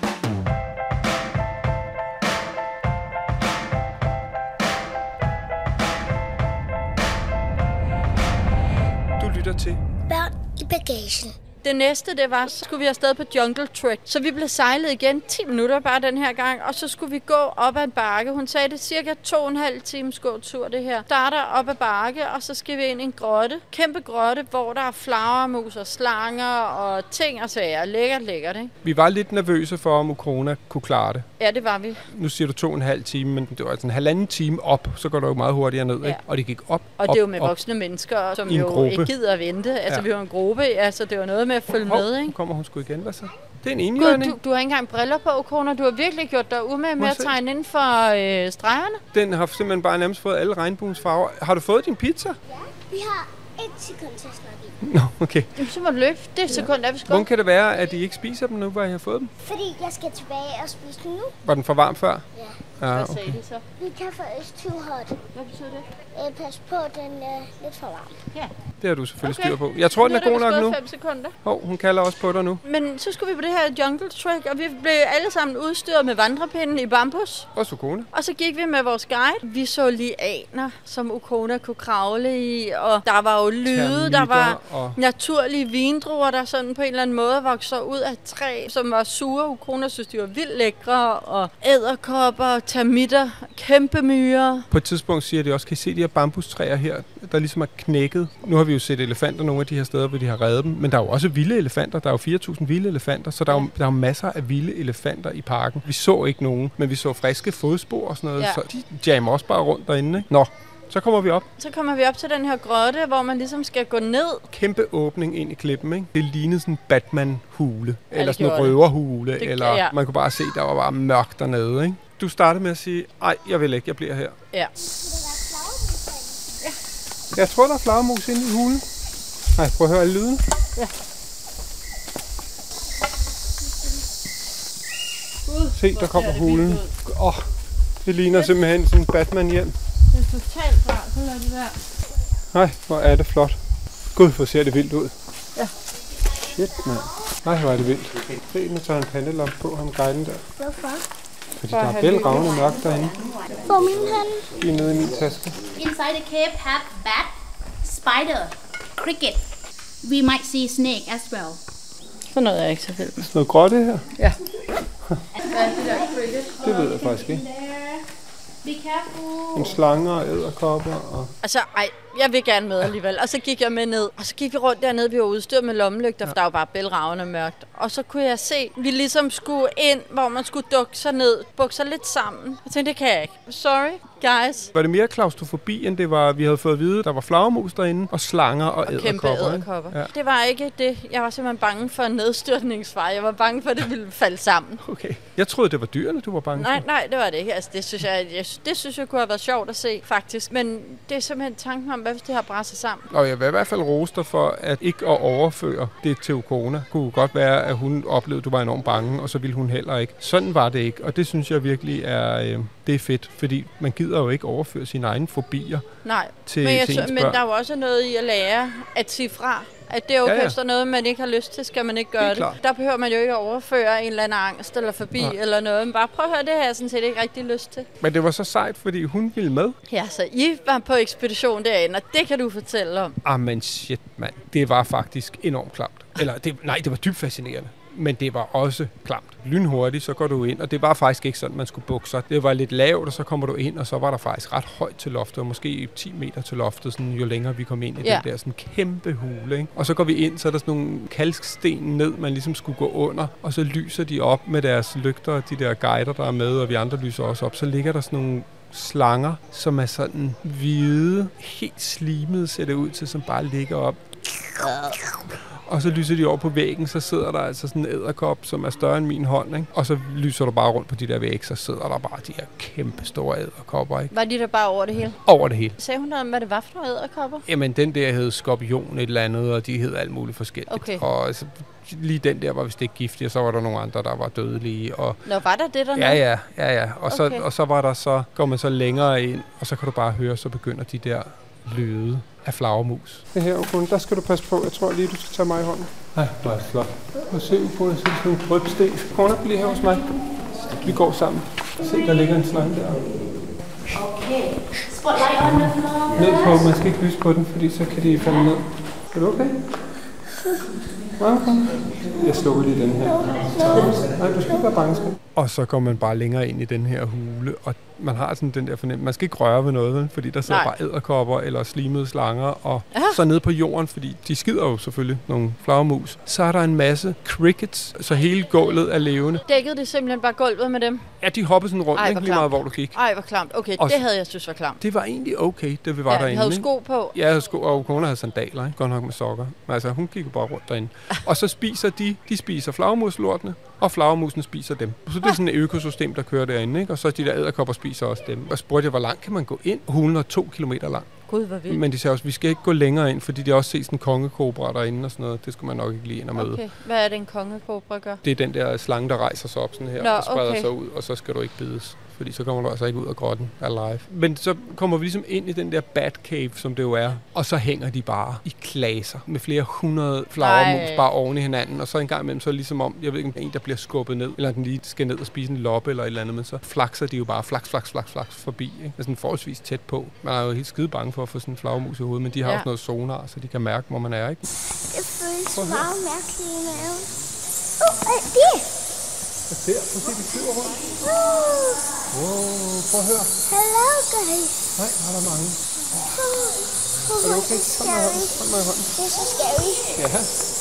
Du lytter til. Børn i bagagen. Det næste, det var, så skulle vi afsted på Jungle Trek. Så vi blev sejlet igen ti minutter bare den her gang, og så skulle vi gå op ad en bakke. Hun sagde, det er cirka to og en halv times gåtur, det her. Starter op ad bakke, og så skal vi ind i en grotte. Kæmpe grotte, hvor der er flagermus og slanger og ting og sager. Lækkert, lækkert, ikke? Vi var lidt nervøse for, om Ukona kunne klare det. Ja, det var vi. Nu siger du to og en halv time, men det var altså en halvanden time op, så går det jo meget hurtigere ned, Ja. ikke? Og det gik op, Og op, det er jo med op. voksne mennesker, som I en jo gruppe. ikke gider at vente. Altså, Ja. vi var en gruppe, altså det var noget med at følge Hov, med, nu ikke? kommer hun sgu igen, hvad så? Det er en Gud, enhjørning. du, du har ikke engang briller på, Ukona. Du har virkelig gjort dig umage med Må jeg at se? tegne inden for øh, stregerne. Den har simpelthen bare nærmest fået alle regnbuens farver. Har du fået din pizza? Vi har et sekund til at snakke i. Nå, okay. Jamen, så må du løbe. Det er sekund, der vi skal. Hvordan kan det være, at I ikke spiser dem nu, hvor I har fået dem? Fordi jeg skal tilbage og spise dem nu. Var den for varm før? Ja. Ja, Hvad okay. sagde de så? Vi kan få øst too hot. Hvad betyder det? Øh, pas på, den er lidt for varm. Ja. Det har du selvfølgelig Okay. styr på. Jeg tror, den er god nok nu. fem sekunder. Hov, hun kalder også på dig nu. Men så skulle vi på det her Jungle Trek, og vi blev alle sammen udstyret med vandrepinden i bambus. Og Ukona. Og så gik vi med vores guide. Vi så lianer, som Ukona kunne kravle i, og der var jo lyde, der var og naturlige vindruer, der sådan på en eller anden måde voksede ud af træ, som var sure. Ukona synes, de var vildt lækre, og edderkopper, termitter, kæmpe myrer. på et tidspunkt siger de også, kan I se de her bambustræer her, der ligesom er knækket. Nu har vi jo set elefanter nogle af de her steder, hvor de har reddet dem, men der er jo også vilde elefanter. Der er jo fire tusind vilde elefanter, så der, ja. er jo, der er jo masser af vilde elefanter i parken. Vi så ikke nogen, men vi så friske fodspor og sådan noget, Ja. så de jammer også bare rundt derinde, ikke? Nå, Så kommer vi op. Så kommer vi op til den her grotte, hvor man ligesom skal gå ned. Kæmpe åbning ind i klippen, ikke? Det lignede sådan en Batman-hule. Ja, eller sådan en røverhule. Det, eller ja. Man kunne bare se, der var bare mørkt dernede, ikke? Du startede med at sige, ej, jeg vil ikke, jeg bliver her. Ja. ja. Jeg tror, der er flagermus inde i hulen. Nej, prøv at høre alle lyden. Ja. Se, der kommer hulen. Åh, oh, det ligner simpelthen sådan en Batman-hjem. Det er totalt bra, så lader det der. Nej, hvor er det flot. Gud, hvor ser det vildt ud. Ja. Shit, mand. Nej, hvor er det vildt. Se, nu tager han pandelampe på ham guiden der. Hvorfor? Fordi der er bælragende mørkt derinde. Hvor min hand? Lige nede i min taske. Inside the cave have bat, spider, cricket. We might see snake as well. Så noget er jeg ikke så vild med. Sådan noget grotte her? Ja. Hvad er det der cricket? Det ved jeg faktisk ikke. Be careful. En slanger og edderkopper og... Altså, ej, jeg vil gerne med alligevel. Og så gik jeg med ned, og så gik vi rundt dernede, vi var udstyret med lommelygter, for der var bare bælragende mørkt. Og så kunne jeg se, at vi ligesom skulle ind, hvor man skulle dukke sig ned, bukke sig lidt sammen. Jeg tænkte, det kan jeg ikke. Sorry, guys. Var det mere klaustrofobi, end det var, vi havde fået at vide, der var flagermus derinde, og slanger og, og edderkopper. kæmpe edderkopper. Ja. Det var ikke det. Jeg var simpelthen bange for en nedstyrtningsfejl. Jeg var bange for, at det ville falde sammen. Okay. Jeg troede, det var dyrene, du var bange nej, for. Nej, det var det ikke. Altså, det synes jeg, jeg, det synes jeg kunne have været sjovt at se, faktisk. Men det er simpelthen tanken om, hvad hvis det har bræsset sammen. Og jeg vil i hvert fald rose dig for, at ikke at overføre det til Ukona. Det kunne godt være, at hun oplevede, at du var enormt bange, og så ville hun heller ikke. Sådan var det ikke, og det synes jeg virkelig er, øh, det er fedt, fordi man gider jo ikke overføre sine egne fobier Nej, til, men, jeg, til ens men der er jo også noget i at lære at sige fra. At det er okay, ja, ja. Hvis der er noget, man ikke har lyst til, skal man ikke gøre det. det. Der behøver man jo ikke overføre en eller anden angst eller forbi ja. eller noget. Men bare prøv at høre, det har jeg sådan set ikke rigtig lyst til. Men det var så sejt, fordi hun ville med. Ja, så I var på ekspedition derinde, og det kan du fortælle om. Ah, men shit, mand. Det var faktisk enormt klamt. Eller, det, nej, det var dybt fascinerende. Men det var også klamt. Lynhurtigt, så går du ind, og det var faktisk ikke sådan, man skulle bukke sig. Det var lidt lavt, og så kommer du ind, og så var der faktisk ret højt til loftet, og måske ti meter til loftet, sådan, jo længere vi kom ind i ja. den der sådan kæmpe hule. Ikke? Og så går vi ind, så er der sådan nogle kalksten ned, man ligesom skulle gå under, og så lyser de op med deres lygter, de der guider, der er med, og vi andre lyser også op. Så ligger der sådan nogle slanger, som er sådan hvide, helt slimede, ser det ud til, som bare ligger op. Og så lyser de over på væggen, så sidder der altså sådan en edderkop, som er større end min hånd, ikke? Og så lyser du bare rundt på de der vægge, så sidder der bare de her kæmpe store edderkopper, ikke? Var de der bare over det hele? Over det hele. Sagde hun noget om, hvad det var for nogle edderkopper? Jamen, den der hed skorpion et eller andet, og de hed alt muligt forskelligt. Okay. Og altså, lige den der var vist ikke giftig, og så var der nogle andre, der var dødelige. Og Nå, var der det der? Ja, ja, ja, ja. Og, okay. så, og så var der så, går man så længere ind, og så kan du bare høre, så begynder de der lyde af flagermus. Det her, Ukona, der skal du passe på. Jeg tror lige, du skal tage mig i hånden. Nej, hvor er det flot. Og se, Ukona, se sådan en drøbsten. Ukona, bliv her hos mig. Vi går sammen. Se, der ligger en slange der. Okay. Spotlight on the floor. Ned på, man skal ikke lyse på den, fordi så kan de falde ned. Er du okay? Okay. Jeg slukker lige den her. Nej, du skal ikke være bange. Og så går man bare længere ind i den her hule, og man har sådan den der fornemmelse. Man skal ikke røre ved noget, fordi der sidder Nej. bare edderkopper eller slimede slanger, og ja. så nede på jorden, fordi de skider jo selvfølgelig nogle flagermus. Så er der en masse crickets, så hele gulvet er levende. Dækkede det simpelthen bare gulvet med dem? Ja, de hoppede sådan rundt, Ej, ikke lige meget, hvor du gik. Ej, hvor klamt. Okay, og det havde jeg synes var klamt. Det var egentlig okay, da vi var ja, derinde. Ja, havde sko på. Ja, jeg havde sko, og Ukona havde sandaler, ikke? Godt nok med sokker. Men altså, hun gik bare rundt derinde. Og så spiser de, de spiser flagermuslortene, og flagermusene spiser dem. Så det er sådan et økosystem, der kører derinde, ikke? Og så de der edderkopper spiser også dem. Og spurgte jeg, hvor langt kan man gå ind? Hulen er to kilometer lang. Gud, hvor vildt. Men de sagde også, vi skal ikke gå længere ind, fordi de også ser sådan en kongekobra derinde og sådan noget. Det skulle man nok ikke lige ind og møde. Okay, hvad er det en kongekobra gør? Det er den der slange, der rejser sig op sådan her Nå, og spreder okay. sig ud, og så skal du ikke bides. Fordi så kommer du altså ikke ud af grotten alive. Men så kommer vi ligesom ind i den der bat cave, som det jo er. Og så hænger de bare i klaser med flere hundrede flagermus bare oven i hinanden. Og så en gang imellem, så er det ligesom om, jeg ved ikke, en der bliver skubbet ned, eller den lige skal ned og spise en loppe eller et eller andet, men så flakser de jo bare flaks, flaks, flaks, flaks forbi. Ikke? Det er sådan forholdsvis tæt på. Man er jo helt skide bange for at få sådan en flagermus i hovedet, men de har ja. også noget sonar, så de kan mærke, hvor man er, ikke? Det føles meget mærkeligt i maven. Åh, er det? Jeg ser, prøv at se, de flyver rundt. Wow, prøv at høre. Hello, guys. Nej, her er der mange. Oh, oh, er du okay? Hold mig i hånden. Hold mig i hånden. Det er så scary. Ja.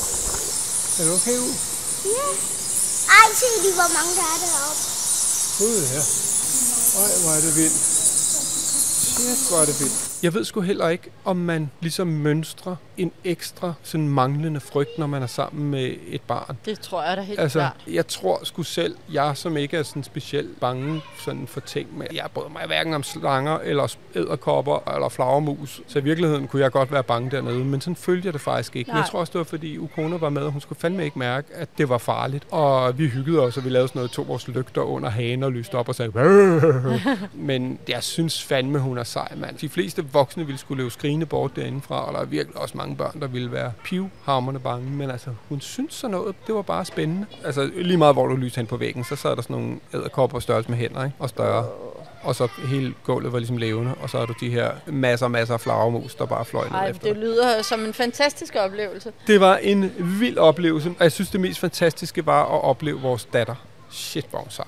Er du okay ud? Ja. Ej, se lige, hvor mange der er deroppe. Gud, ja. Ej, hvor er det vildt. Shit, hvor er det vildt. Jeg ved sgu heller ikke, om man ligesom mønstrer en ekstra sådan manglende frygt, når man er sammen med et barn. Det tror jeg da helt altså, klart. Jeg tror sgu selv, jeg som ikke er sådan specielt bange sådan for ting med, jeg bryder mig hverken om slanger, eller edderkopper, eller flagermus. Så i virkeligheden kunne jeg godt være bange dernede, men sådan følte jeg det faktisk ikke. Jeg tror også, det var fordi Ukona var med, og hun skulle fandme ikke mærke, at det var farligt. Og vi hyggede os, og vi lavede sådan noget, tog vores lygter under hagen og lyste op og sagde men jeg synes fandme, hun er sej, mand. De fleste voksne ville skulle løbe skrigende bort derindefra, og der er virkelig også mange børn, der ville være pivhamrende bange. Men altså, hun synes sådan noget, det var bare spændende. Altså, lige meget hvor du lyste hen på væggen, så sad der sådan nogle edderkopper størrelse med hænder, ikke? Og større. Og så hele gulvet var ligesom levende, og så er du de her masser, masser af flagermus, der bare fløj ned efter. Det lyder som en fantastisk oplevelse. Det var en vild oplevelse, og jeg synes, det mest fantastiske var at opleve vores datter. Shit, hvor hun sej.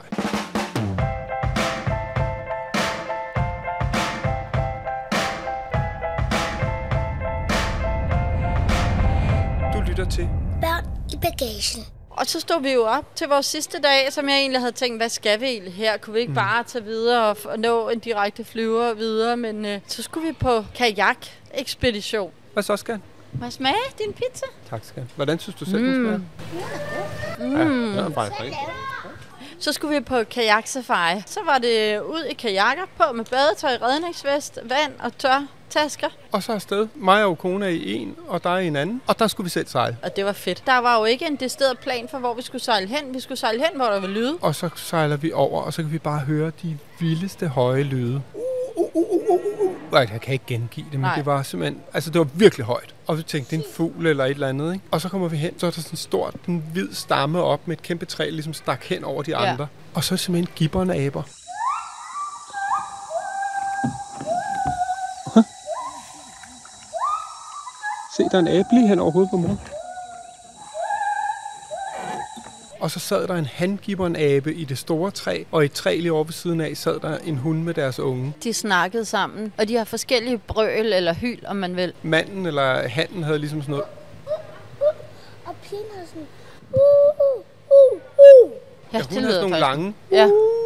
Du lytter til Børn i bagagen. Og så stod vi jo op til vores sidste dag, som jeg egentlig havde tænkt, hvad skal vi egentlig her? Kunne vi ikke mm. bare tage videre og nå en direkte flyver videre? Men øh, så skulle vi på kajak-ekspedition. Hvad så, Skan? Må jeg smage din pizza? Tak, Skan. Hvordan synes du selv, mm. den smager? Mm. Ja, det er faktisk rigtig. Så skulle vi på kajaksafari. Så var det ud i kajakker på med badetøj, redningsvest, vand og tør tasker. Og så afsted. Mig og Ukona i en, og dig i en anden. Og der skulle vi selv sejle. Og det var fedt. Der var jo ikke en decideret plan for, hvor vi skulle sejle hen. Vi skulle sejle hen, hvor der var lyde. Og så sejler vi over, og så kan vi bare høre de vildeste høje lyde. Uh, uh, uh, uh, uh. Jeg kan ikke gengive det, men Nej. det var simpelthen... Altså, det var virkelig højt. Og vi tænkte, det er en fugl eller et eller andet, ikke? Og så kommer vi hen, så er der sådan en stor, en hvid stamme op med et kæmpe træ, ligesom stak hen over de andre. Ja. Og så er det simpelthen gibberne-aber. Huh? Se, der er en abe lige hen over hovedet på mor. Og så sad der en hangibberen-abe i det store træ, og i et træ lige over ved siden af sad der en hund med deres unge. De snakkede sammen, og de har forskellige brøl eller hyl, om man vil. Manden eller hannen havde ligesom sådan noget. Og pigen havde sådan... Uh, uh, uh, uh. Ja, ja, hun havde sådan nogle lange. Ja.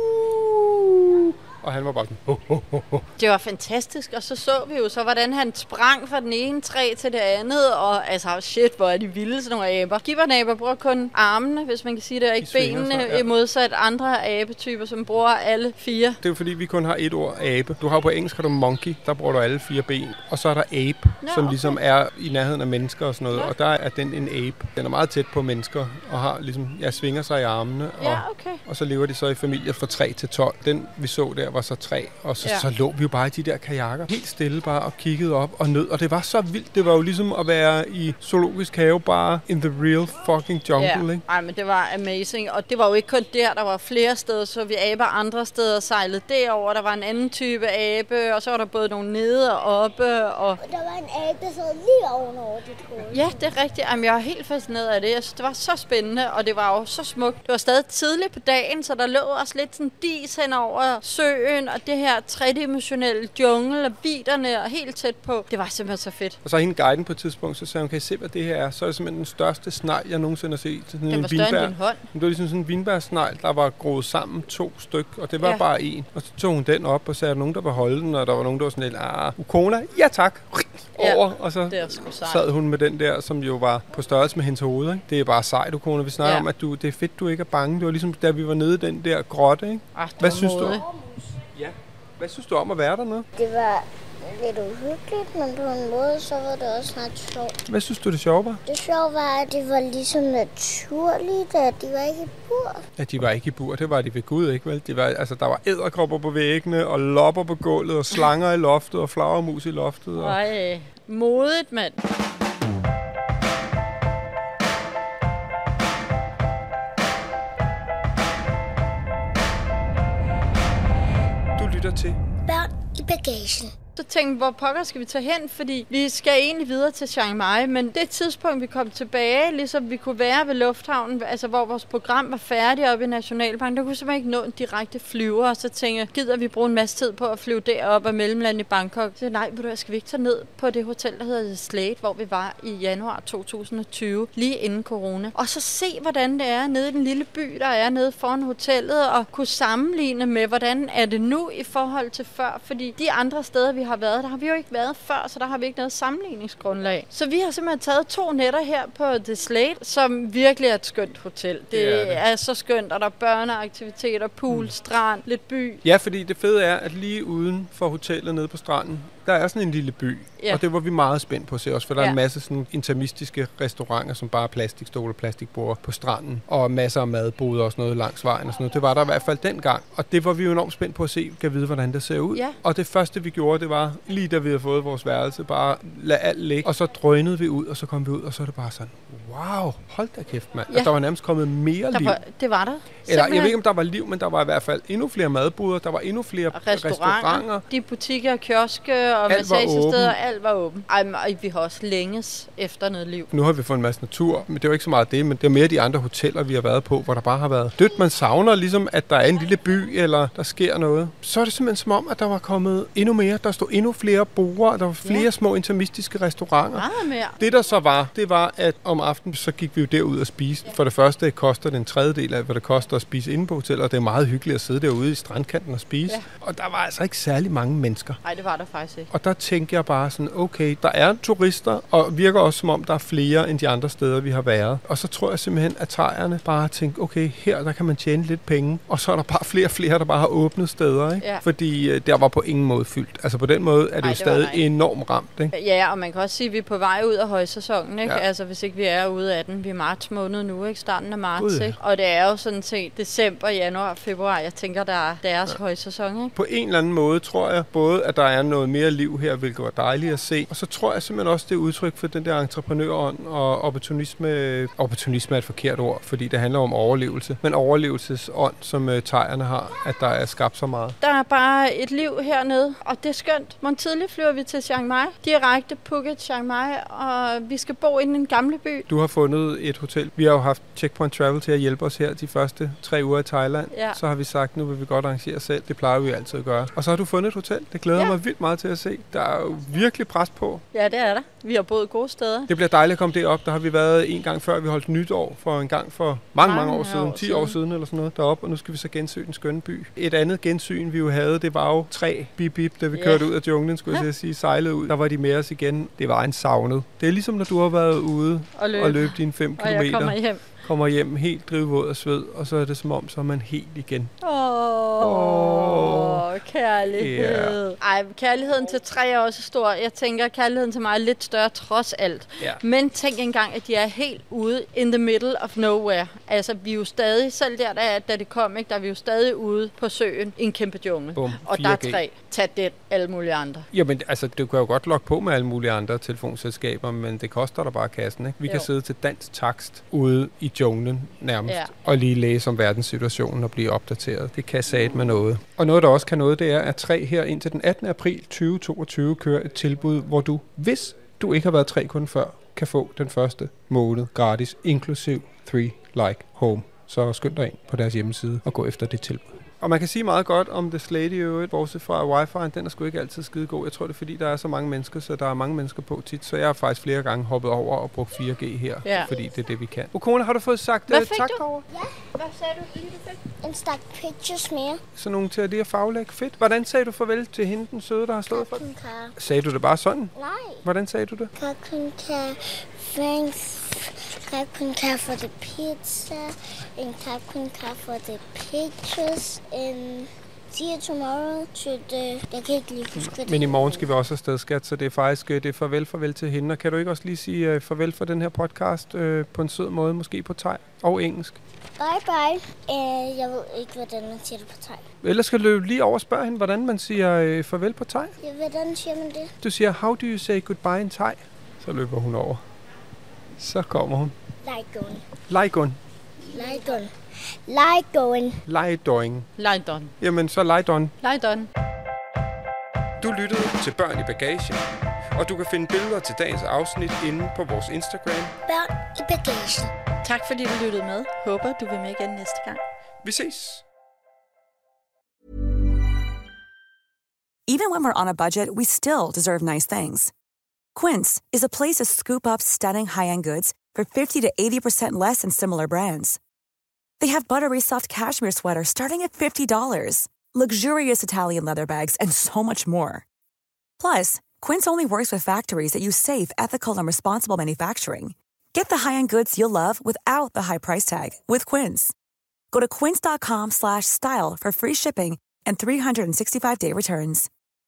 Og han var bare sådan... Ho, ho, ho, ho. Det var fantastisk, og så så vi jo så, hvordan han sprang fra den ene træ til det andet, og altså shit, hvor er de vilde, sådan nogle aber. Gibbernaber bruger kun armene, hvis man kan sige det, og ikke benene, sig, ja. modsat andre abetyper, som bruger alle fire. Det er jo fordi, vi kun har et ord, abe. Du har på engelsk, har du monkey, der bruger du alle fire ben. Og så er der ape, Nå, som okay. ligesom er i nærheden af mennesker og sådan noget, Nå. og der er den en ape. Den er meget tæt på mennesker, og har ligesom, ja, svinger sig i armene, og, ja, okay. og så lever de så i familier fra tre til tolv. Den, vi så der, var så tre, og så, ja. så lå vi jo bare i de der kajakker, helt stille bare, og kiggede op og nød, og det var så vildt. Det var jo ligesom at være i zoologisk have, bare in the real fucking jungle, ja. ikke? Nej, men det var amazing, og det var jo ikke kun der, der var flere steder, så vi aber andre steder sejlede derover. Der var en anden type abe, og så var der både nogle nede og oppe, og... Der var en abe, der sad lige ovenover dit hoved. Ja, det er rigtigt. Jamen, jeg var helt fascineret af det. Jeg synes, det var så spændende, og det var jo så smukt. Det var stadig tidligt på dagen, så der lå også lidt sådan dis hen over søen, og det her tredimensionelle jungle og viderne og helt tæt på. Det var simpelthen så fedt. Og så hende guiden på et tidspunkt, så sagde hun, kan I se, hvad det her er? Så er det simpelthen den største snegl, jeg nogensinde har set. Sådan den var større end din hånd. Det var ligesom sådan en vinbærsnegl, der var groet sammen to styk, og det var ja. bare en. Og så tog hun den op og sagde, at nogen, der var holde den, og der var nogen, der var sådan lidt, ah, Ukona, ja tak, over. Ja, og så sad hun med den der, som jo var på størrelse med hendes hoved. Ikke? Det er bare sejt, Ukona. Vi snakker ja. om, at du, det er fedt, du ikke er bange. Det var ligesom, da vi var nede i den der grotte. Ikke? Ach, hvad synes du? Ja. Hvad synes du om at være dernede? Det var lidt uhyggeligt, men på en måde, så var det også ret sjovt. Hvad synes du, det sjove var? Det sjove var, at det var ligesom naturligt, at de var ikke i bur. Ja, de var ikke i bur. Det var de ved Gud, ikke vel? De var, altså, der var edderkopper på væggene, og lopper på gulvet, og slanger i loftet, og flagermus i loftet. Og... Ej, modigt, mand. Til børn i bagagen. Så tænkte, hvor pokker skal vi tage hen, fordi vi skal egentlig videre til Chiang Mai, men det tidspunkt, vi kom tilbage, ligesom vi kunne være ved lufthavnen, altså hvor vores program var færdigt oppe i Nationalbanken, der kunne simpelthen ikke nå en direkte flyver, og så tænkte jeg, gider vi bruge en masse tid på at flyve derop af mellemland i Bangkok? Så nej, skal vi ikke tage ned på det hotel, der hedder The Slate, hvor vi var i januar to tusind og tyve, lige inden corona, og så se, hvordan det er nede i den lille by, der er nede foran hotellet, og kunne sammenligne med, hvordan er det nu i forhold til før, fordi de andre steder, vi har været, der har vi jo ikke været før, så der har vi ikke noget sammenligningsgrundlag. Så vi har simpelthen taget to nætter her på The Slate, som virkelig er et skønt hotel. Det, det, er, det. er så skønt, og der er børneaktiviteter, pool, mm. strand, lidt by. Ja, fordi det fede er, at lige uden for hotellet nede på stranden, der er sådan en lille by, ja. Og det var vi meget spændt på at se også, for der ja. er en masse sådan intermistiske restauranter, som bare er plastikstole og plastikbord på stranden, og masser af madboder og sådan noget langs vejen og sådan noget. Det var der i hvert fald dengang, og det var vi jo enormt spændt på at se, kan vide, hvordan det ser ud. Ja. Og det første, vi gjorde, det var, lige da vi havde fået vores værelse, bare lade alt ligge, og så drønede vi ud, og så kom vi ud, og så er det bare sådan, wow, hold da kæft, mand. Ja. Altså, der var nærmest kommet mere der liv. Var, det var der. Eller, jeg ved ikke, om der var liv, men der var i hvert fald endnu flere madboder, der var endnu flere restauranter. restauranter. De butikker, kioske og massagesteder, alt var åben. Ej, og vi har også længes efter noget liv. Nu har vi fået en masse natur, men det er jo ikke så meget det, men det er mere de andre hoteller, vi har været på, hvor der bare har været dødt. Man savner ligesom, at der er en lille by, eller der sker noget. Så er det simpelthen som om, at der var kommet endnu mere. Der stod endnu flere borde, der var flere ja. små intermistiske restauranter. Meget mere. Det der så var, det var, at om aftenen, så gik vi jo derud og spise. For det første koster det en tredjedel af, hvad det koster at spise inde på hotellet, og det er meget hyggeligt at sidde derude i strandkanten og spise. Ja. Og der var altså ikke særlig mange mennesker. Nej, det var der faktisk ikke. Og der tænkte jeg bare sådan, okay, der er turister, og virker også som om, der er flere end de andre steder, vi har været. Og så tror jeg simpelthen, at thaierne bare har tænkt, okay, her der kan man tjene lidt penge. Og så er der bare flere og flere, der bare har åbnet steder, ikke? Ja. Fordi øh, der var på ingen måde fyldt. Altså på den måde er det Ej, jo det stadig enormt ramt, ikke? Ja, og man kan også sige, at vi er på vej ud af højsæsonen, ikke? Ja. Altså hvis ikke vi er ude af den. Vi er marts måned nu, ikke? Starten af marts, God, ja. ikke? Og det er jo sådan set december, januar, februar. Jeg tænker, der er deres ja. højsæson, ikke? På en eller anden måde tror jeg både, at der er noget mere liv her, hvilket var dejligt at se. Og så tror jeg simpelthen også, det er udtryk for den der entreprenørånd og opportunisme. Opportunisme er et forkert ord, fordi det handler om overlevelse. Men overlevelsesånd, som uh, thaierne har, at der er skabt så meget. Der er bare et liv hernede, og det er skønt. Morgen tidlig flyver vi til Chiang Mai. Direkte Phuket, Chiang Mai, og vi skal bo inde i en gamle by. Du har fundet et hotel. Vi har jo haft Checkpoint Travel til at hjælpe os her de første tre uger i Thailand. Ja. Så har vi sagt, nu vil vi godt arrangere selv. Det plejer vi altid at gøre. Og så har du fundet et hotel. Det glæder ja. mig vildt meget til at se. Der er jo virkelig pres på. Ja, det er der. Vi har boet gode steder. Det bliver dejligt at komme derop. Der har vi været en gang før. Vi holdt nytår for en gang for mange, mange år siden. ti år siden eller sådan noget deroppe. Og nu skal vi så gensøge den skønne by. Et andet gensyn, vi jo havde, det var jo tre bip bip, da vi yeah. kørte ud af junglen, skulle ja. jeg sige, sejlede ud. Der var de med os igen. Det var en savnet. Det er ligesom, når du har været ude og løb, og løb dine fem kilometer. Og jeg kommer hjem. Kommer hjem helt drivvåd og sved, og så er det som om, så er man helt igen. Åh, oh, oh, kærlighed. Yeah. Ej, kærligheden til træ er også stor. Jeg tænker, kærligheden til mig er lidt større trods alt. Yeah. Men tænk engang, at de er helt ude in the middle of nowhere. Altså, vi er jo stadig, selv der, da, da det kom, ikke, der er vi jo stadig ude på søen i en kæmpe jungle. Boom, og der er træ. Tag det, alle mulige andre. Jamen, altså, du kan jo godt logge på med alle mulige andre telefonselskaber, men det koster dig bare kassen, ikke? Vi jo. kan sidde til dansk takst ude i junglen nærmest, ja. og lige læse om verdenssituationen og blive opdateret. Det kan sagt med noget. Og noget, der også kan noget, det er, at tre her indtil den attende april tyve toogtyve kører et tilbud, hvor du, hvis du ikke har været tre kunden før, kan få den første måned gratis, inklusiv Three Like Home. Så skynd dig ind på deres hjemmeside og gå efter det tilbud. Og man kan sige meget godt om The Slate i øvrigt, bortset fra wifi'en, den er sgu ikke altid skide god. Jeg tror, det er fordi, der er så mange mennesker, så der er mange mennesker på tit. Så jeg har faktisk flere gange hoppet over og brugt fire G her, ja. fordi det er det, vi kan. Okona, har du fået sagt Hvad fik tak du? over? Ja, hvad sagde du lige, du fik? En stak pictures mere. Så nogle til at lige at faglægge. Fedt. Hvordan sagde du farvel til hende, den søde, der har stået for dig? Sagde du det bare sådan? Nej. Hvordan sagde du det? Kakunka, thanks. Kakunka for the pizza. And kakunka for the pictures. And see you tomorrow to the... Jeg kan ikke lige huske det. Men i morgen skal vi også afsted, skat, så det er faktisk det er farvel, farvel til hende. Og kan du ikke også lige sige uh, farvel for den her podcast uh, på en sød måde, måske på thai og engelsk? Bye bye. Uh, jeg ved ikke, hvordan man siger det på thai. Ellers skal du lige over og spørge hende, hvordan man siger uh, farvel på thai. Ja, hvordan siger man det? Du siger, how do you say goodbye in thai? Så løber hun over. Så kommer hun. Laigon. Laigon. Laigon. Laigon. Laidoing. Laigon. Jamen, så Laigon. Laigon. Du lyttede til Børn i bagagen, og du kan finde billeder til dagens afsnit inde på vores Instagram. Børn i bagagen. Tak fordi du lyttede med. Håber du vil med igen næste gang. Vi ses. Even when we're on a budget, we still deserve nice things. Quince is a place to scoop up stunning high-end goods for fifty to eighty percent less than similar brands. They have buttery soft cashmere sweaters starting at fifty dollars, luxurious Italian leather bags, and so much more. Plus, Quince only works with factories that use safe, ethical, and responsible manufacturing. Get the high-end goods you'll love without the high price tag with Quince. Go to quince dot com slash style for free shipping and three sixty-five day returns.